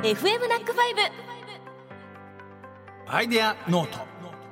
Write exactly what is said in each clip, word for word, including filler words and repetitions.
エフエム ナックファイブアイデアノート。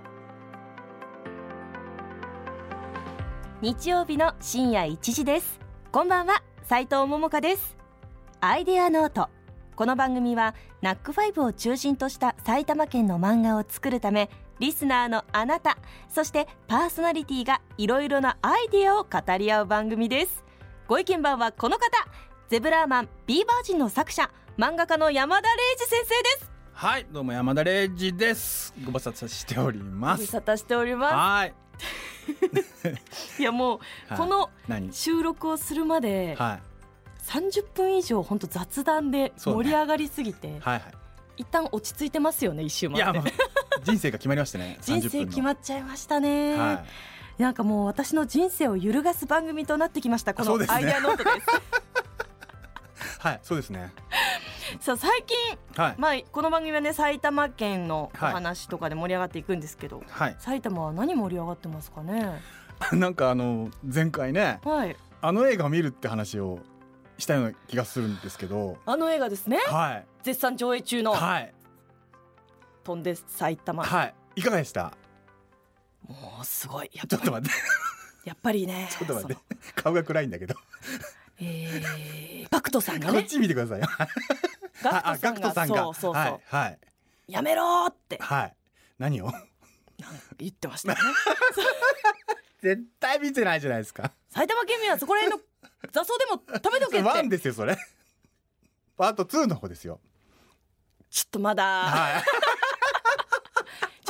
日曜日の深夜いちじです。こんばんは、斉藤桃香です。アイデアノート。この番組はナックファイブを中心とした埼玉県の漫画を作るため、リスナーのあなた、そしてパーソナリティがいろいろなアイデアを語り合う番組です。ご意見番はこの方、ゼブラーマン B バージンの作者、漫画家の山田礼二先生です。 はい、どうも山田礼二です。ご無沙汰しております。 ご無沙汰しております。 はいいやもう、はい、この収録をするまで、はい、さんじゅっぷん以上本当雑談で盛り上がりすぎて、ね、はいはい、一旦落ち着いてますよね。一周回って。いや人生が決まりましたね。 人生決まっちゃいましたね、はい、なんかもう私の人生を揺るがす番組となってきました。このアイデアノートです。 はい、そうですね。 さあ最近、はい、まあ、この番組はね、埼玉県のお話とかで盛り上がっていくんですけど、はい、埼玉は何盛り上がってますかね。 なんかあの前回ね、はい、あの映画を見るって話をしたような気がするんですけど、 あの映画ですね、はい、絶賛上映中の、 はい、 飛んで埼玉、 はい、いかがでした？ もうすごい。やっぱりちょっと待ってやっぱりね、 ちょっと待って、顔が暗いんだけど、 えー、ガクトさんがね、 こっち見てくださいよ。 ガクトさんがそうそうそう、はいはい、やめろって、 はい、何をなんか言ってましたね。 絶対見てないじゃないですか。 埼玉県民はそこら辺の雑草でも食べとけって。 ワンですよそれ。パートツーの方ですよ。 ちょっとまだ、はい、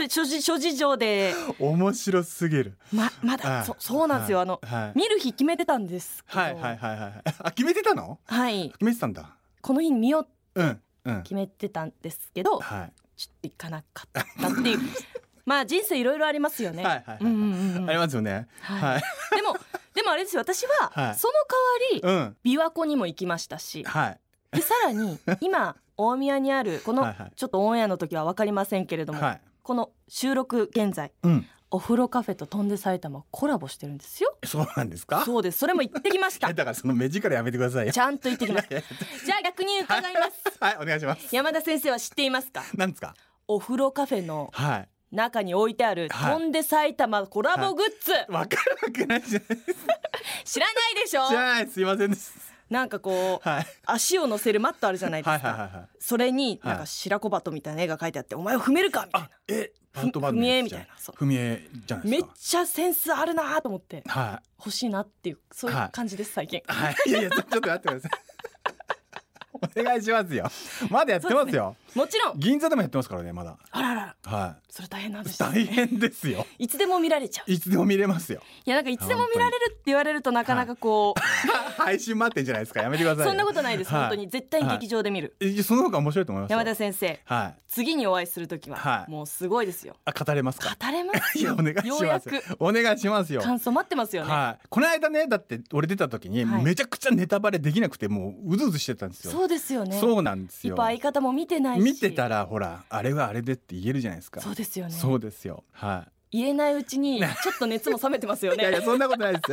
ちょ諸事諸事情で面白すぎる。ままだ、はい、そそうなんですよ。あの、はい、見る日決めてたんですけど。 はいはいはいはい。あ、決めてたの？はい。決めてたんだ。 この日に見よううんうん、 決めてたんですけど、はい、ちょっと行かなかったっていうまあ人生いろいろありますよね。はいはいはい、うんうんうん、 ありますよね、はいはい、 でもでもあれですよ、私は、はい、その代わり、うん、琵琶湖にも行きましたし、はい、でさらに今大宮にあるこのはい、はい、ちょっとオンエアの時は分かりませんけれども、はい、この収録現在、うん、お風呂カフェと飛んで埼玉コラボしてるんですよ。 そうなんですか？ そうです。それも行ってきました。 だからその目力やめてくださいよ。 ちゃんと行ってきます。じゃあ逆に伺います。 はい、はい、お願いします。 山田先生は知っていますか？ 何ですか？ お風呂カフェの中に置いてある、はい、飛んで埼玉コラボグッズ。わ、 はい、かるわけないじゃないですか。 知らないでしょ？ 知らない。すいませんです。 なんかこう、はい、足を乗せるマットあるじゃないですか、はいはいはいはい、それになんか白子バトみたいな絵が描いてあって、はい、お前を踏めるかみたいな、え踏み絵みたいな、 踏み絵じゃないですか。 めっちゃセンスあるなと思って、はい、欲しいなっていう、そういう感じです、はい、最近、 はい、いやいやちょっと待ってください。お願いしますよ。まだやってますよ。 もちろん銀座でもやってますからね、まだ。 あらら、はい、それ大変なんですね。 大変ですよ。 いつでも見られちゃう。 いつでも見れますよ。 いや、なんかいつでも見られるって言われるとなかなかこう、 はい、配信待ってんじゃないですか。やめてください。 そんなことないです、はい、本当に絶対に劇場で見る、 はい、その方が面白いと思いますよ。 山田先生、はい、次にお会いするときは、はい、もうすごいですよ。 あ、語れますか？ 語れますよ。 いや、お願いします。ようやくお願いしますよ。 感想待ってますよね、 はい、この間ね、だって俺出た時に、はい、めちゃくちゃネタバレできなくて、もううずうずしてたんですよ。 そうですよね。 そうなんですよ。 いっぱい相方も見てないし、 見てたらほら、あれはあれでって言えるじゃないですか。 そうですよね。 そうですよ、はい、 言えないうちにちょっと熱も冷めてますよね。 いやいや、そんなことないですよ。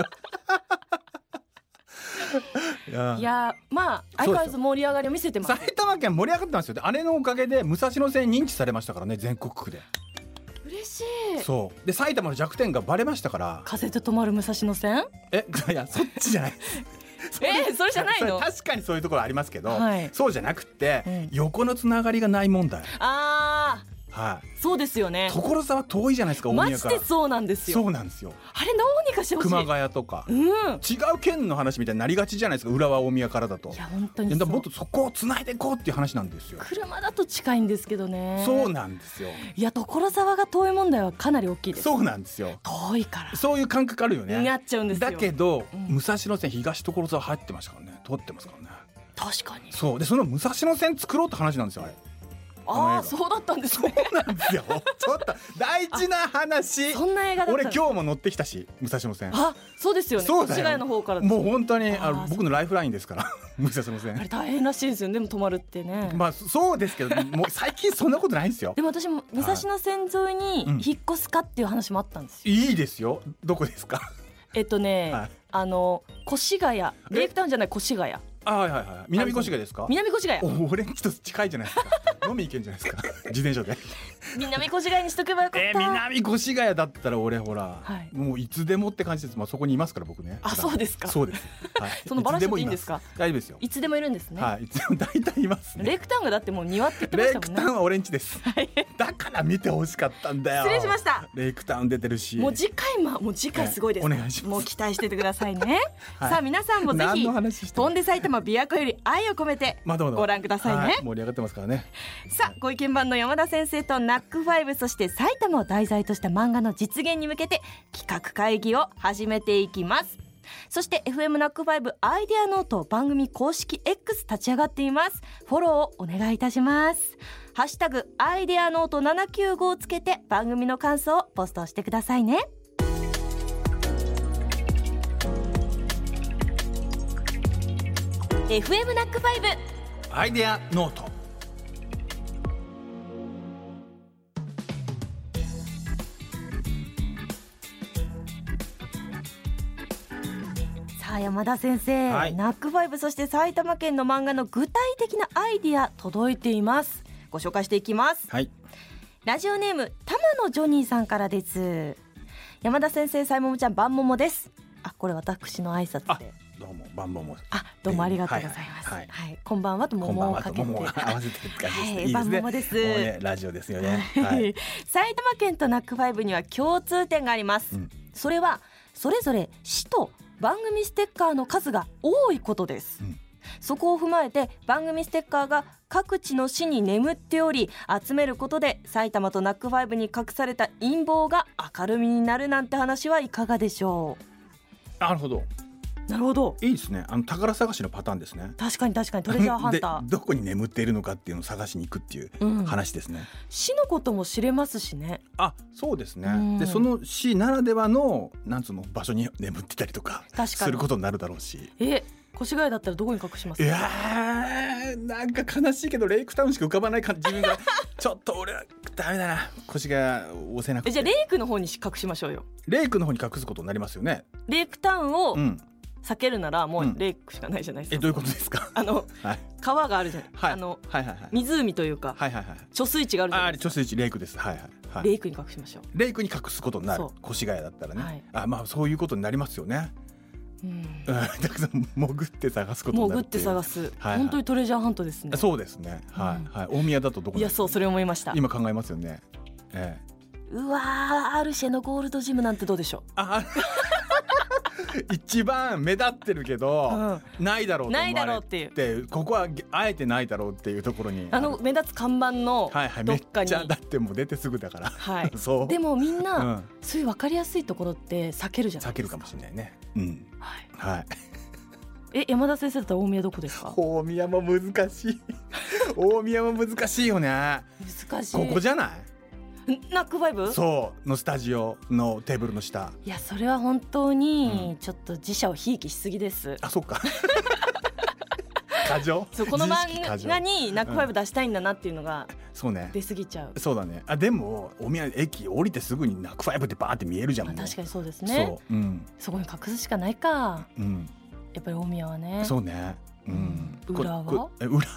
いや, いやまあ相変わらず盛り上がりを見せてます。 埼玉県盛り上がってますよ。あれのおかげで武蔵野線認知されましたからね、全国区で。 嬉しい。 そうで、埼玉の弱点がバレましたから。 風で止まる武蔵野線。 え、いや、そっちじゃない。 えー、それじゃないの？ 確かにそういうところありますけど、はい、そうじゃなくて、うん、横のつながりがない問題。あー、はい、そうですよね。所沢遠いじゃないですか、大宮から。マジでそうなんですよ。そうなんですよ。あれどうにかしてほしい。熊谷とか、うん、違う県の話みたいになりがちじゃないですか、浦和大宮からだと。いや本当にそう。もっとそこをつないでいこうっていう話なんですよ。車だと近いんですけどね。そうなんですよ。いや、所沢が遠い問題はかなり大きいです。そうなんですよ。遠いからそういう感覚あるよね。なっちゃうんですよ。だけど、うん、武蔵野線東所沢入ってましたからね。通ってますからね。確かに。そうで、その武蔵野線作ろうって話なんですよ、あれ。ああ、そうだったんですね。そうなんですよ。ちょっと大事な話。そんな映画だった。俺今日も乗ってきたし、武蔵野線。あ、そうですよね。そうだよ。越谷の方からもう本当にあの僕のライフラインですから武蔵野線。あれ大変らしいですよね。でも止まるってね。まあそうですけど、もう最近そんなことないんですよ。でも私も武蔵野線沿いに引っ越すかっていう話もあったんですよ。いいですよ。どこですか？えっとね、はい、あの越谷、レイクタウンじゃない越谷。 あ、はいはいはい。南越谷ですか？ 南越谷。 俺に一つ近いじゃないですか。飲み行けんじゃないですか。自転車で。 南越谷にしとけばよかった。 えー、南越谷だったら俺ほら、はい、もういつでもって感じです。まあそこにいますから僕ね。 あ、そうですか。 そうです。はい、 そのバラしていいんですか？ 大丈夫ですよ。 いつでもいるんですね。 はい、いつでも大体いますね。 レイクタウンがだってもう庭って言ってましたもんね。 レイクタウンは俺んちです。 はい、 だから見てほしかったんだよ。 失礼しました。 レイクタウン出てるし。 もう次回まもう次回すごいです。 お願いします。 もう期待しててくださいね。はい、さあ皆さんもぜひ飛んで埼玉琵琶湖より愛を込めてご覧くださいね。 はい、盛り上がってますからね。 さあご意見番の山田先生とナックファイブ、そして埼玉を題材とした漫画の実現に向けて企画会議を始めていきます。そして エフエム ナックファイブアイデアノート番組公式 X 立ち上がっています。フォローをお願いいたします。ハッシュタグアイデアノートななきゅうごをつけて番組の感想をポストしてくださいね。エフエム ナックファイブアイデアノート。 さあ山田先生、はい、ナックファイブそして埼玉県の漫画の具体的なアイデア届いています。ご紹介していきます。 はい、 ラジオネーム玉野ジョニーさんからです。山田先生、さいももちゃん、ばんももです。あ、これ私の挨拶で。 どうもばんもも。 あ、どうもありがとうございます。はい、はいはい、こんばんはと桃をかけて、 桃を合わせてる感じですね。はい、いいですね。 ばんももです。 ね、ラジオですよね。はい、 埼玉県とナックファイブには共通点があります。うん、それはそれぞれ市と番組ステッカーの数が多いことです。うん、そこを踏まえて番組ステッカーが各地の市に眠っており、集めることで埼玉とナックファイブに隠された陰謀が明るみになるなんて話はいかがでしょう。なるほど。 なるほど、 いいですね。あの宝探しのパターンですね。 確かに確かに、トレジャーハンターどこに眠っているのかっていうのを探しに行くっていう話ですね。うん、 市のことも知れますしね。 あ、そうですね。うん、でその市ならではのなんつうの場所に眠ってたりとかすることになるだろうし。え越谷だったらどこに隠しますか？ いやー、なんか悲しいけどレイクタウンしか浮かばない感じ。自分がちょっと俺はダメだな、越谷押せなくて。 じゃあレイクの方に隠しましょうよ。 レイクの方に隠すことになりますよね。 レイクタウンを、うん避けるならもうレイクしかないじゃないですか。 うん、えどういうことですか？ あの、はい、川があるじゃない、はい、あの、 はいはいはい、 湖というか、はいはいはい、貯水池があるじゃないですか。 あ、貯水池レイクです。はいはいはい、 レイクに隠しましょう。 レイクに隠すことになる。越谷だったらね、はい、あ、まあそういうことになりますよね。うん、たくさん潜って探すことになる。 潜って探す、はいはい、本当にトレジャーハントですね。 そうですね、はい、はい、大宮だとどこですか？ いや、そうそれ思いました。 今考えますよね。ええ、 うわー、アルシェのゴールドジムなんてどうでしょう？あ一番目立ってるけど、うん、ないだろうと思われて、ないだろうっていう、ここはあえてないだろうっていうところに、 あの目立つ看板のどっかに、はいはい、めっちゃだってもう出てすぐだから、 はい、そうでもみんな、うん、そういう分かりやすいところって避けるじゃないですか。 避けるかもしれないね。うん、はい、はい、 え山田先生だったら大宮どこですか？ 大宮も難しい大宮も難しいよね。 難しい。 ここじゃない？ ナックファイブ？ そうのスタジオのテーブルの下。 いや、それは本当にちょっと自社をひいきしすぎです。 うん、あ、そっか過剰。 そう、この漫画にナックファイブ出したいんだなっていうのが出過ぎちゃう。 うん、そうね、そうだね。あ、でも大宮駅降りてすぐにナックファイブってバーって見えるじゃん。 まあ、確かにそうですね。そう、うん、そこに隠すしかないか。うん、やっぱり大宮はね。 そうね。うん、 裏はえ裏裏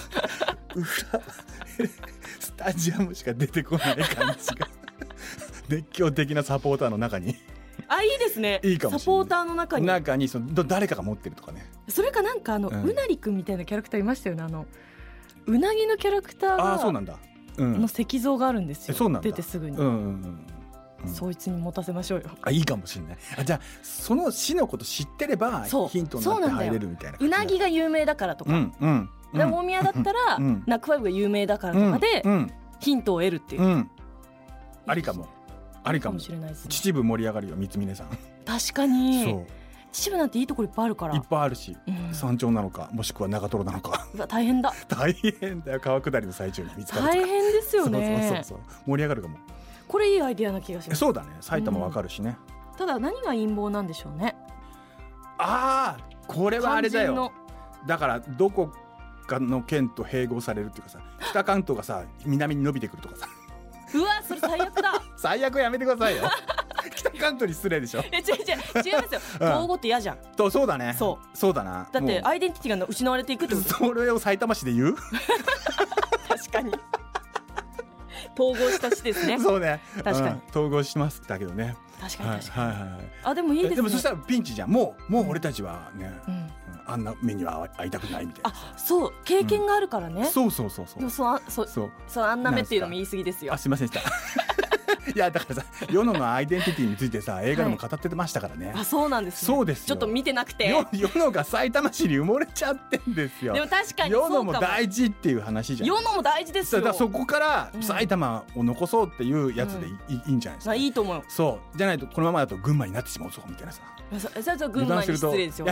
スタジアムしか出てこない感じが熱狂的なサポーターの中にあ、いいですね。 いいかもしれない。 サポーターの中に中にその誰かが持ってるとかね。 それかなんかあの、うん、うなりくんみたいなキャラクターいましたよね。あのうなぎのキャラクターが、 あ、そうなんだ、うん、 の石像があるんですよ。 そうなんだ。 出てすぐに、 うんうんうん、 そいつに持たせましょうよ。 あ、いいかもしれない。あ、じゃあその市のこと知ってればヒントになって入れるみたいな。 うなぎが有名だからとか、うんうんうん、で大宮だったら、うん、ナックファイブが有名だからとかで、うんうん、ヒントを得るっていう、うん、 ありかも。ありかもしれないですね。秩父盛り上がるよ、三峰さん。 確かに。そう、秩父なんていいところいっぱいあるから。 いっぱいあるし、うん、山頂なのかもしくは長瀞なのか。 うわ、大変だ大変だよ。川下りの最中に見つかるとか大変ですよね。 そうそうそうそう、盛り上がるかも。 これいいアイデアな気がします。 そうだね、埼玉わかるしね、 うん、ただ何が陰謀なんでしょうね。 ああ、これはあれだよ。だからどこかの県と併合されるっていうかさ、北関東がさ南に伸びてくるとかさ。 うわ、それ最悪だ最悪やめてくださいよ北関東に失礼でしょ。 え違う違う違いますよ、東語って嫌じゃん。 とそうだね。 そうそうだな。 だってアイデンティティが失われていくってこと。 それを埼玉市で言う確かに統合した市ですね。 そうね、 確かに、 うん、統合しますだけどね。 確かに確かに、 はいはいはい、 あでもいいですね。 でもそしたらピンチじゃん。もうもう俺たちはね、うん、あんな目には会いたくないみたいな。 あそう経験があるからね、 うん、そうそうそうそう。 そうそうそうそうあんな目っていうのも言い過ぎですよ。 あすいませんでしたいやだからさ世ののアイデンティティについてさ映画でも語ってましたからね、はい、 あそうなんですね。 そうですよ。 ちょっと見てなくて世のが埼玉市に埋もれちゃってんですよ。 でも確かにそうかも。 世のも大事っていう話じゃん。 世のも大事ですよ。 だからそこから埼玉を残そうっていうやつで い,、うん、いいんじゃないですか。 いいと思う。 そうじゃないとこのままだと群馬になってしまうぞみたいなさ。 それは群馬に失礼ですよ。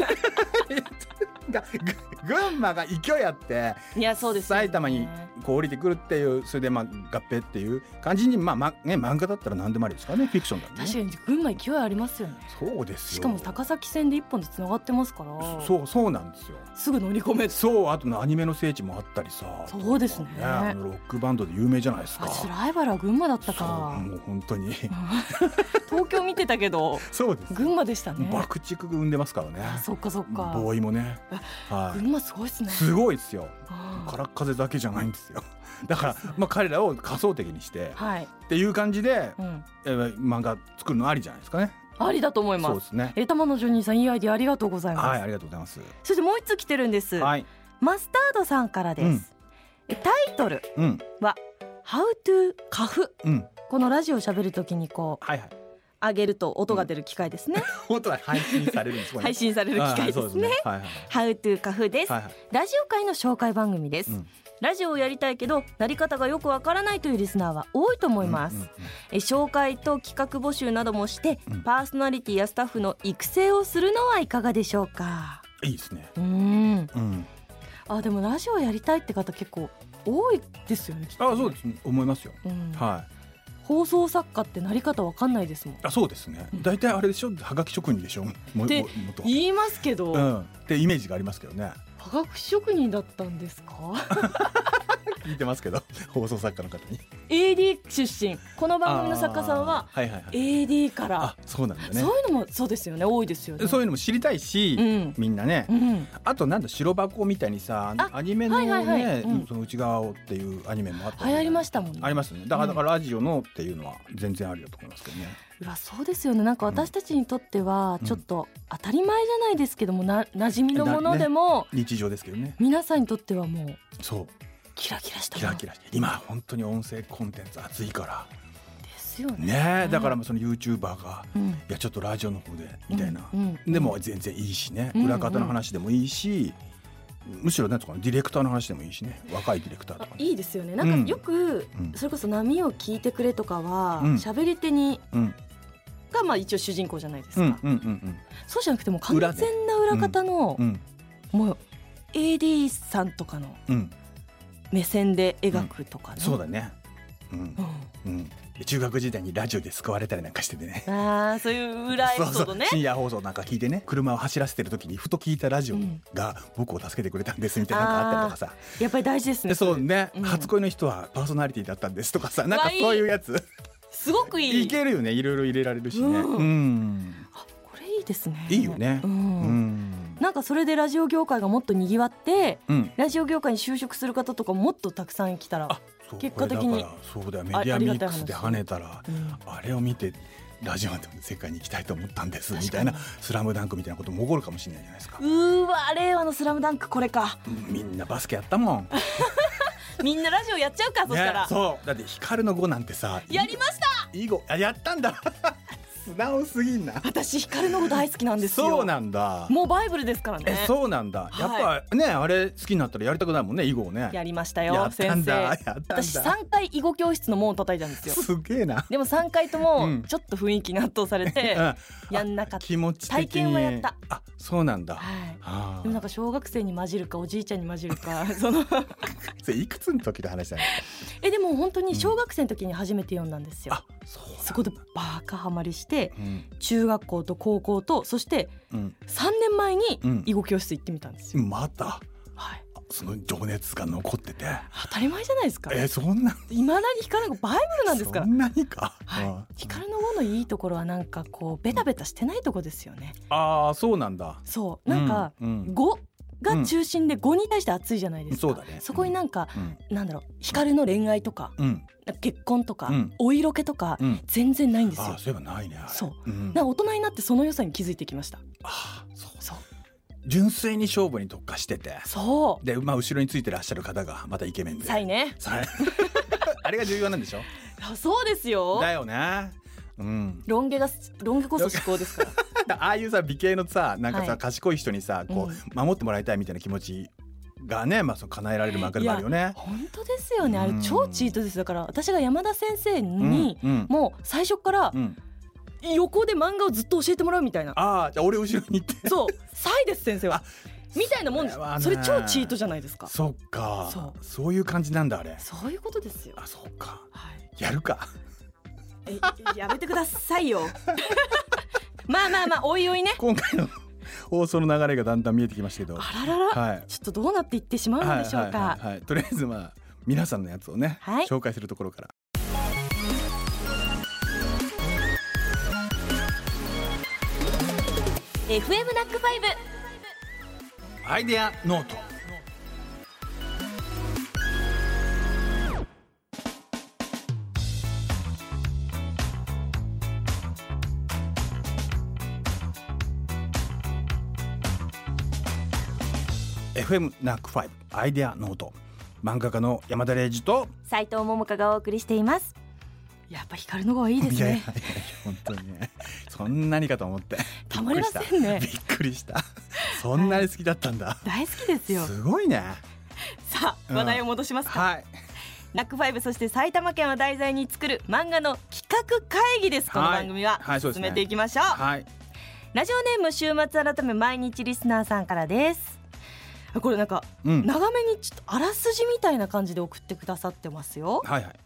群馬が勢いあっていやそうです、ね、 埼玉にこう降りてくるっていうそれでまあ合併っていう感じにまあまあね漫画だったら何でもありですからねフィクションだね。 確かに群馬勢いありますよね。 そうですよ。 しかも高崎線で一本でつながってますから。 そうそうなんですよ。 すぐ乗り込め。 そうあとアニメの聖地もあったりさ。 そうですね。 あのロックバンドで有名じゃないですか。 私ライバルは群馬だったか。 もう本当に東京見てたけどそうです群馬でしたね。 爆竹生んでますからね。 そっかそっか。 ボーイもね、 はい、群馬すごいですね。 すごいですよ。空っ風だけじゃないんですよ。だからまあ彼らを仮想的にして、はい、っていう感じで、うん、えー、漫画作るのありじゃないですかね。ありだと思います。 そうですね。 え玉のジョニーさんいいアイディアありがとうございます。 はいありがとうございます。 そしてもう一つ来てるんです、はい、マスタードさんからです、うん、えタイトルは、うん、How to カフ、うん、このラジオを喋るときにこう、はいはい、上げると音が出る機械ですね、 うん、音が配信されるんです。 配信される機械ですね。はいはい、How to カフです、はいはい、ラジオ界の紹介番組です、うん、ラジオをやりたいけどなり方がよくわからないというリスナーは多いと思います、うんうんうん、え紹介と企画募集などもして、うん、パーソナリティやスタッフの育成をするのはいかがでしょうか。 いいですね。 うん、うん、あでもラジオやりたいって方結構多いですよね。 あそうです、ね、思いますよ、うん、はい。 放送作家ってなり方わかんないですもん。 あそうですね。大体あれでしょ、はがき職人でしょって言いますけど、 うん、ってイメージがありますけどね。 はがき職人だったんですか聞いてますけど放送作家の方にエーディー 出身、この番組の作家さんは エーディー から、 あそうなんだね。 そういうのもそうですよね、多いですよね。 そういうのも知りたいし、うん、みんなね、うん、あとなんだ白箱みたいにさアニメのね、はいはいはい、うん、その内側をっていうアニメもあった、ね、 流行りましたもんね。 ありますね。だから、だからラジオのっていうのは全然ありだと思いますけどね。 うわそうですよね。なんか私たちにとってはちょっと当たり前じゃないですけども、な馴染みのものでも、 ね、日常ですけどね。 皆さんにとってはもうそうキラキラしたキラキラして、今本当に音声コンテンツ熱いからですよ ね, ね。だからその YouTuber が、うん、いやちょっとラジオの方でみたいな、うんうん、でも全然いいしね、うん、裏方の話でもいいし、うんうん、むしろなんとかディレクターの話でもいいしね、若いディレクターとか、ね、 いいですよね。なんかよく、うん、それこそ波を聞いてくれとかは喋、うん、り手に、うんがまあ一応主人公じゃないですか、うんうんうんうん、そうじゃなくても完全な裏方の、うんうん、もう エーディー さんとかの目線で描くとかね、 うん、そうだね、うんうんうん、中学時代にラジオで救われたりなんかしててね、 あそういう裏エピソードね。そうそう深夜放送なんか聞いてね、車を走らせてる時にふと聞いたラジオが僕を助けてくれたんですみたいなのがあったりとかさ、 やっぱり大事ですね。 そうね、うん、初恋の人はパーソナリティだったんですとかさ、なんかそういうやつすごくいい。 いけるよね、いろいろ入れられるしね、うんうん、 あこれいいですね。 いいよね、うんうん、 なんかそれでラジオ業界がもっとにぎわって、うん、ラジオ業界に就職する方とかもっとたくさん来たら、結果的にだからそうだよ、メディアミックスで跳ねたら あ,、うん、あれを見てラジオの世界に行きたいと思ったんですみたいな、スラムダンクみたいなことも起こるかもしれないじゃないですか。 うーわ令和のスラムダンクこれか、 みんなバスケやったもんみんなラジオやっちゃうか、そしたら、 ね、そうだって光の語なんてさやりました。 囲碁やったんだ素直すぎんな。 私光の語大好きなんですよ。 そうなんだ。 もうバイブルですからね。 えそうなんだ、やっぱ、はい、ねあれ好きになったらやりたくないもんね、囲碁をね。 やりましたよ。 やったんだ、やったんだ。 私さんかい囲碁教室の門を叩いたんですよ。 すげえな。 でもさんかいともちょっと雰囲気に圧倒されて、うん、やんなかった。 気持ち的に体験はやった。 あそうなんだ、はい、 はあ、でもなんか小学生に混じるかおじいちゃんに混じるかそのそれいくつの時の話だね。 えでも本当に小学生の時に初めて読んだんですよ、うん、あそう。 そこでバカハマりして、うん、中学校と高校とそしてさんねんまえに囲碁教室行ってみたんですよ、 うん、また、 はい、 その情熱が残ってて当たり前じゃないですか。 えー、そんな未だに光の子バイブルなんですから。 そんなにか、 はい、光の子のいいところはなんかこうベタベタしてないとこですよね。 ああそうなんだ。 そうなんか、うんうん、語が中心で語に対して熱いじゃないですか、うん、そうだね、そこになんか、うん、なんだろう光の恋愛とか、うん、結婚とか、うん、お色気とか、うん、全然ないんですよ。 あそういえばないねあれ。 そう、うん、なんか大人になってその良さに気づいてきました。 あそうそう純粋に勝負に特化してて、そうで、まあ、後ろについてらっしゃる方がまたイケメンでさいねあれが重要なんでしょ。 そうですよ。 だよね、うん、 ロン毛がロン毛こそ至高ですからああいうさ美形のさなんかさ、 はい、 賢い人にさこう、うん、守ってもらいたいみたいな気持ちがね、まあ、その叶えられる漫画でもあるよね。 本当ですよね、あれ超チートです。だから私が山田先生に、うんうん、もう最初から、うん横で漫画をずっと教えてもらうみたいな。 ああじゃあ俺後ろに行ってそうサイです先生はみたいなもんです。 そ, それ超チートじゃないですか。 そっか そ, そういう感じなんだあれ。 そういうことですよ。 あそっか、はい、やるかえやめてくださいよまあまあまあおいおいね。 今回の放送の流れがだんだん見えてきましたけど、 あららら、はい、ちょっとどうなっていってしまうのでしょうか。 はいはいはいはい、とりあえずまあ皆さんのやつをね、はい、紹介するところから。 エフエム ナックファイブアイデアノート。エフエム ナックファイブアイデアノート、漫画家の山田礼二と斉藤桃香がお送りしています。やっぱ光の子はいいですね。いやいやいや本当にねそんなにかと思ってたまりませんね。 びっくりしたそんなに好きだったんだ、 はい、大好きですよ。 すごいね。 さあ話題を戻しますか、 うんはい、 ナックファイブそして埼玉県を題材に作る漫画の企画会議です。この番組は、はいはい、進めていきましょう、はい、ラジオネーム週末改め毎日リスナーさんからです。これなんか、うん、長めにちょっとあらすじみたいな感じで送ってくださってますよ。 はいはい。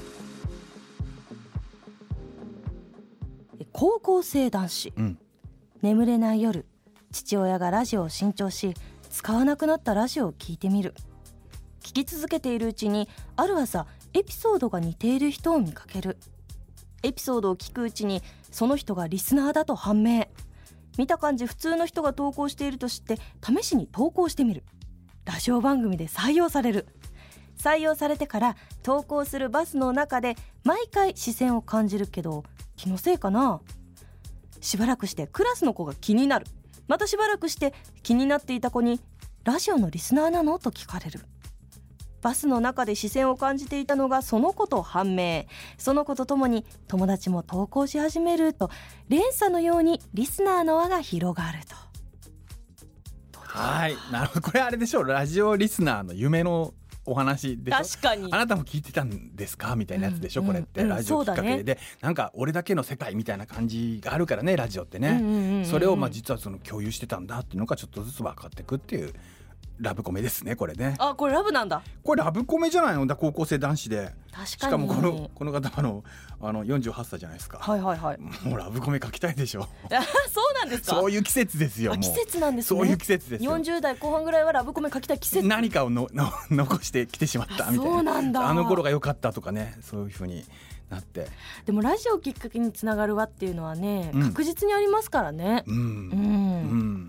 高校生男子、うん、眠れない夜、父親がラジオを新調し使わなくなったラジオを聞いてみる。聞き続けているうちにある朝エピソードが似ている人を見かける。エピソードを聞くうちにその人がリスナーだと判明。見た感じ普通の人が投稿していると知って試しに投稿してみる。ラジオ番組で採用される。採用されてから投稿するバスの中で毎回視線を感じるけど気のせいかな。しばらくしてクラスの子が気になる。またしばらくして気になっていた子にラジオのリスナーなのと聞かれる。バスの中で視線を感じていたのがその子と判明。その子とともに友達も投稿し始めると連鎖のようにリスナーの輪が広がると。 はい、なるほど。これあれでしょう、ラジオリスナーの夢のお話でしょ。 確かに。 あなたも聞いてたんですかみたいなやつでしょ、うん、これって、うん、ラジオきっかけ で,、ね、でなんか俺だけの世界みたいな感じがあるからねラジオってね、うんうんうんうん、それをまあ実はその共有してたんだっていうのがちょっとずつ分かってくっていうラブコメですねこれね。 あ、これラブなんだ。 これラブコメじゃないのだ。高校生男子で、 確かに。しかもこのこの方はのあのよんじゅうはっさいじゃないですか。 はいはいはい。 もうラブコメ書きたいでしょそうなんですか。 そういう季節ですよ。もう季節なんですね。 そういう季節ですよ。 よんじゅう代後半ぐらいはラブコメ書きたい季節。 何かをのの残してきてしまったみたいな。 そうなんだ。 あの頃が良かったとかね、そういう風になって。 でもラジオきっかけにつながる輪っていうのはね、うん、確実にありますからね。うん、うんうん、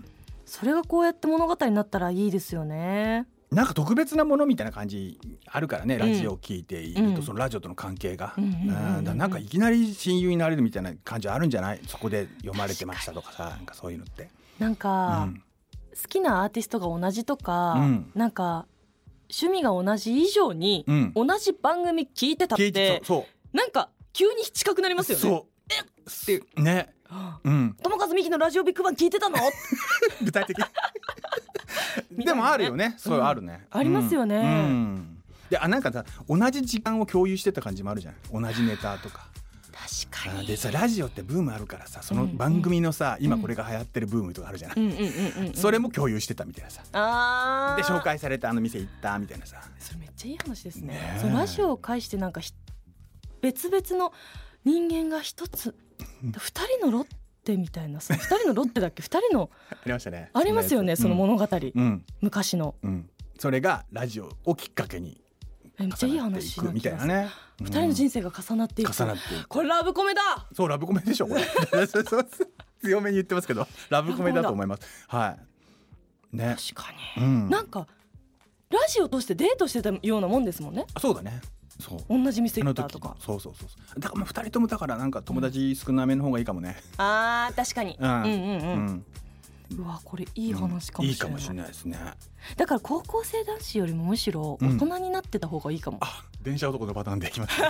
それがこうやって物語になったらいいですよね。 なんか特別なものみたいな感じあるからね、ラジオを聞いていると、そのラジオとの関係が、なんかいきなり親友になれるみたいな感じあるんじゃない。そこで読まれてましたとかさ、なんかそういうのってなんか、うん、好きなアーティストが同じとか、うん、なんか趣味が同じ以上に、うん、同じ番組聞いてたってそうそうなんか急に近くなりますよね。 そうえってね、 うん、友和美希のラジオビッグバン聞いてたの具体的でもあるよね、そういうあるね、 うん、ありますよね、うんうん、 であなんかさ同じ時間を共有してた感じもあるじゃん、同じネタとか。 確かに。 でさラジオってブームあるからさ、その番組のさ、うんうん、今これが流行ってるブームとかあるじゃない、うんうんうんうん、それも共有してたみたいなさ、あで紹介されたあの店行ったみたいなさ、 それめっちゃいい話です ね, ね。そのラジオを介してなんか別々の人間が一つ二人のロッテみたいな、その二人のロッテだっけ二人のありましたね。 ありますよね、その物語、 うん、 昔の、 うん、 それがラジオをきっかけにめっちゃいい話なみたいなね。 二人の人生が重なっていく、 重なっていく。 これラブコメだ。 そうラブコメでしょこれ強めに言ってますけどラブコメだと思います。はいね、 確かに、うん、なんかラジオとしてデートしてたようなもんですもんね。 そうだね。そう同じ店行ったとか。 そうそうそうだからもうふたりともだからなんか友達少なめの方がいいかもね、 うん、あー確かに、うん、うんうんうん、 うん、 うわこれいい話かもしれない、うん、いいかもしれないですね。 だから高校生男子よりもむしろ大人になってた方がいいかも、 うん、あ電車男のパターンでいきます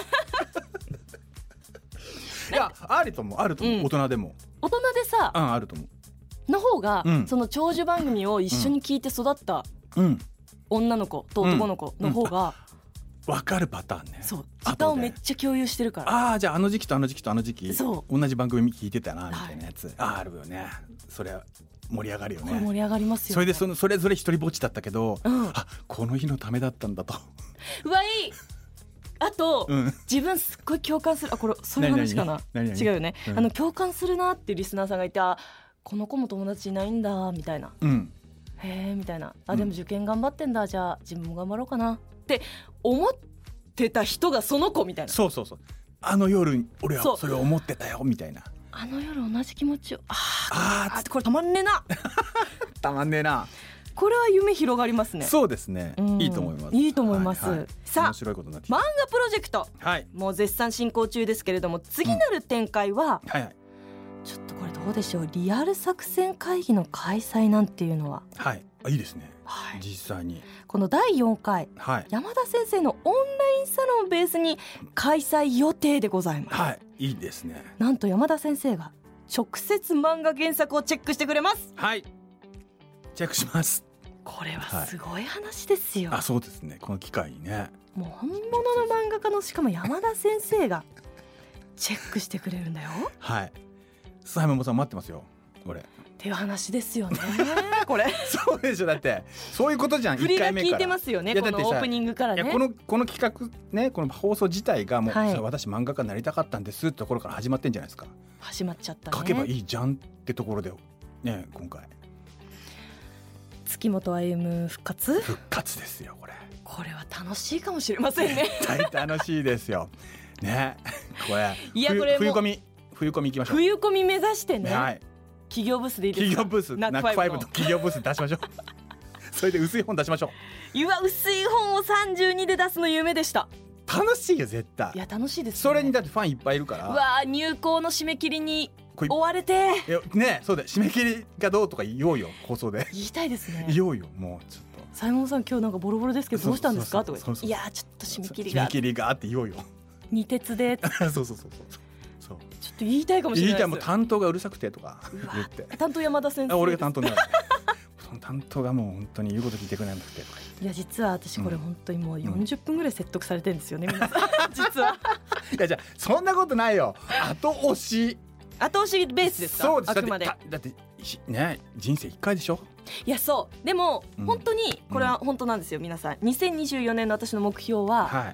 いやあると思うあると思う、うん、大人でも大人でさ、 うん、あると思うの方が、 うん、 その長寿番組を一緒に聞いて育った女の子と男の子の方が、 うん、分かるパターンね。 そう時間をめっちゃ共有してるから。 ああじゃああの時期とあの時期とあの時期そう同じ番組聞いてたなみたいなやつ、はい、ああるよね。それは盛り上がるよね。 これ盛り上がりますよね。 それでそのそれぞれ一人ぼっちだったけど、うん、あこの日のためだったんだとうわいい。あと、うん、自分すっごい共感するあこれそういう話かな違うよね、うん、あの共感するなっていうリスナーさんがいてあこの子も友達いないんだみたいな、うん、へーみたいなあでも受験頑張ってんだ、うん、じゃあ自分も頑張ろうかなって思ってた人がその子みたいな。 そうそうそうあの夜俺はそれを思ってたよみたいな。 あの夜同じ気持ちをああこれたまんねえなたまんねえな。 これは夢広がりますね。 そうですね、うん、いいと思います。 いいと思います、はいはい、さあ面白いことになって漫画プロジェクト、はい、もう絶賛進行中ですけれども次なる展開は、うんはいはい、ちょっとこれどうでしょうリアル作戦会議の開催なんていうのは。 はいあいいですね、はい、実際にこのだいよんかい、はい、山田先生のオンラインサロンをベースに開催予定でございます。 はいいいですね。 なんと山田先生が直接漫画原作をチェックしてくれます。 はいチェックします。 これはすごい話ですよ、 はい、あそうですねこの機会にねもう本物の漫画家のしかも山田先生がチェックしてくれるんだよはいサイモンさん待ってますよこれっていう話ですよねこれそうでしょだってそういうことじゃん。 振りが効いてますよねこのオープニングからね。 いやこのこの企画ねこの放送自体がもう、はい、私漫画家になりたかったんですってところから始まってんじゃないですか。 始まっちゃったね。 書けばいいじゃんってところでね今回月本歩復活復活ですよこれ。 これは楽しいかもしれませんね絶対楽しいですよねこれいやこれ冬コミ冬コミ行きましょう。 冬コミ目指してね、はい、企業ブースでいいですか。 企業ブースナックファイブと企業ブース出しましょうそれで薄い本出しましょう。いわ薄い本をさんじゅうにで出すの夢でした。 楽しいよ絶対。 いや楽しいです、ね、 それにだってファンいっぱいいるから。 うわ入校の締め切りに追われてねそうだ締め切りがどうとか言おうよ放送で。 言いたいですね。 言おうよもうちょっと。 サイモンさん今日なんかボロボロですけどどうしたんですかとかいやちょっと締め切りが締め切りがって言おうよ。 二鉄でそうそうそうそうそうちょっと言いたいかもしれないです。 言いたいもう担当がうるさくてとか言って担当山田先生。 俺が担当になるその担当がもう本当に言うこと聞いてくれなくてとか。 いや実は私これ本当にもうよんじゅっぷんぐらい説得されてるんですよね、うん、皆さん実はいやじゃあそんなことないよ。後押し後押しベースですか。 そうですあくまでだってだってね人生いっかいでしょ。 いやそうでも、うん、本当にこれは本当なんですよ、皆さん。にせんにじゅうよねんの私の目標は、はい、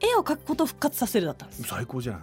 絵を描くことを復活させるだったんです。 最高じゃない。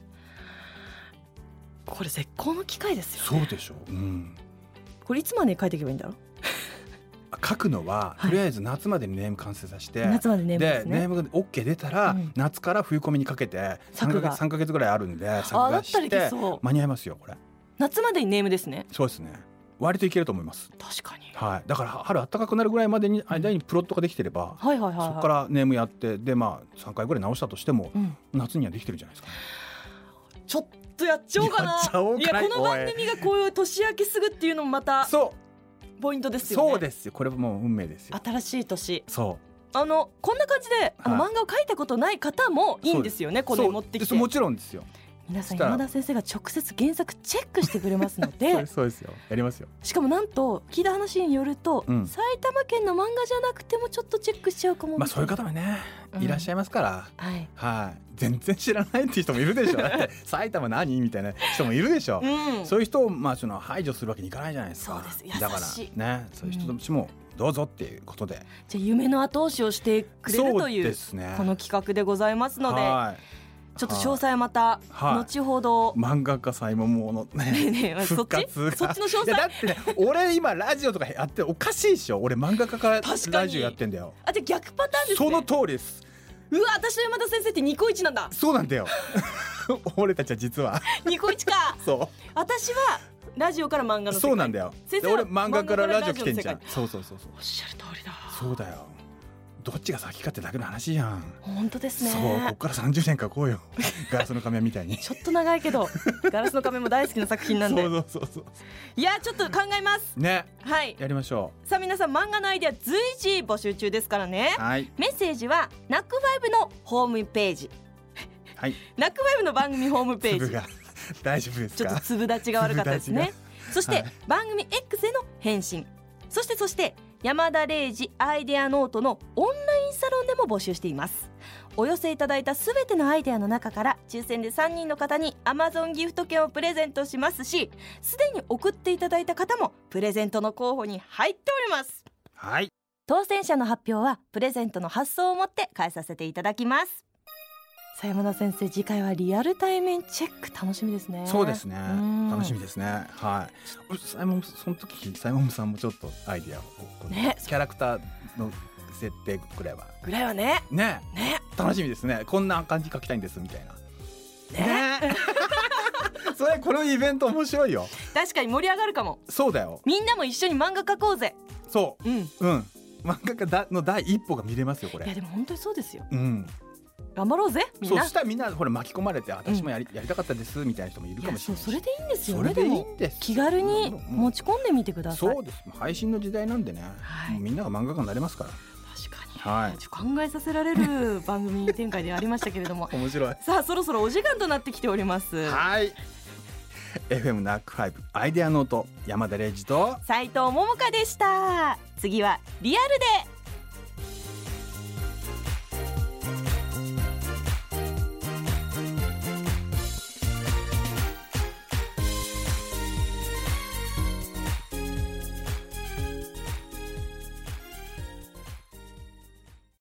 これ絶好の機会ですよね。 そうでしょ、うん、 これいつまで描いていけばいいんだろう書くのは、はい、とりあえず夏までにネーム完成させて夏までネームですね。 でネームが OK 出たら、うん、夏から冬コミにかけてさんかげつ、さんかげつぐらいあるんで作画して間に合いますよこれ。 夏までにネームですね。 そうですね割といけると思います。 確かに、 はい、だから春暖かくなるぐらいまでに間にプロットができてれば、うんはいはいはいはい、そこからネームやってでまあさんかいぐらい直したとしても、うん、夏にはできてるじゃないですか、ね、 ちょっとやっちゃおうかな。いやこの番組がこういう年明けすぐっていうのもまたそうポイントですよね。 そうですよこれはもう運命ですよ。 新しい年そうあのこんな感じであの、はい、漫画を描いたことない方もいいんですよね。これ持ってきてもちろんですよ。 皆さん山田先生が直接原作チェックしてくれますのでそうですそうですよやりますよ。 しかもなんと聞いた話によると、うん、埼玉県の漫画じゃなくてもちょっとチェックしちゃうかも。 まあそういう方もね、うん、いらっしゃいますから、はいはい、全然知らないっていう人もいるでしょだって埼玉何みたいな人もいるでしょ、うん、そういう人をまあその排除するわけにいかないじゃないですか。 そうです優しいだからねそういう人たちもどうぞっていうことで、うん、 じゃあ夢の後押しをしてくれるという、 ですね、 この企画でございますので、はいちょっと詳細はまた後ほど、 はい、漫画家サイモンモのねねね復活がそっちの詳細だってね俺今ラジオとかやっておかしいでしょ。俺漫画家からラジオやってんだよ。 あ、じゃあ逆パターンですね。 その通りです。 うわ、私と山田先生ってニコイチなんだ。 そうなんだよ俺たちは実はニコイチかそう私はラジオから漫画の世界。 そうなんだよ。先生は俺漫画からラジオ来てんじゃん。そうそうそうそう。 おっしゃる通りだ。 そうだよ。どっちが先かってだけの話じゃん。 本当ですね。 そう、こっからさんじゅうねんかこうよガラスの仮面みたいにちょっと長いけどガラスの仮面も大好きな作品なんでそうそうそうそう。 いや、ちょっと考えますね。 はい、 やりましょう。さあ皆さん、漫画のアイデア随時募集中ですからね。 はい、 メッセージはナックファイブのホームページ、 はい、 ナックファイブの番組ホームページが大丈夫ですか。 ちょっと粒立ちが悪かったですね。そして、はい、番組 X への返信、そしてそして山田礼二アイデアノートのオンラインサロンでも募集しています。お寄せいただいたすべてのアイデアの中から抽選でさんにんの方に Amazon ギフト券をプレゼントしますし、すでに送っていただいた方もプレゼントの候補に入っております。 はい、 当選者の発表はプレゼントの発送をもって返させていただきます。さあ山田先生、次回はリアル対面チェック楽しみですね。 そうですね、楽しみですね。はい、サイモンその時サイモンさんもちょっとアイディアを、ね、キャラクターの設定ぐらいはぐらいはねねね楽しみですね。こんな感じ描きたいんですみたいなねねそれこのイベント面白いよ。 確かに盛り上がるかも。そうだよ。みんなも一緒に漫画描こうぜ。 そう、うんうん、漫画家の第一歩が見れますよこれ。 いやでも本当にそうですよ。 うん、 頑張ろうぜみんな。 そうしたらみんなほら巻き込まれて、私もやり、うん、やりたかったですみたいな人もいるかもしれない。 そう、それでいいんですよね。 それでいいんです。 気軽に持ち込んでみてください。 そうです。配信の時代なんでね、はい、もうみんなが漫画家になれますから。 確かに、 はい、 ちょ考えさせられる番組展開でありましたけれども面白い。 さあそろそろお時間となってきております。 はい、エフエム ナックファイブアイデアノート、山田礼二と斉藤桃香でした。次はリアルで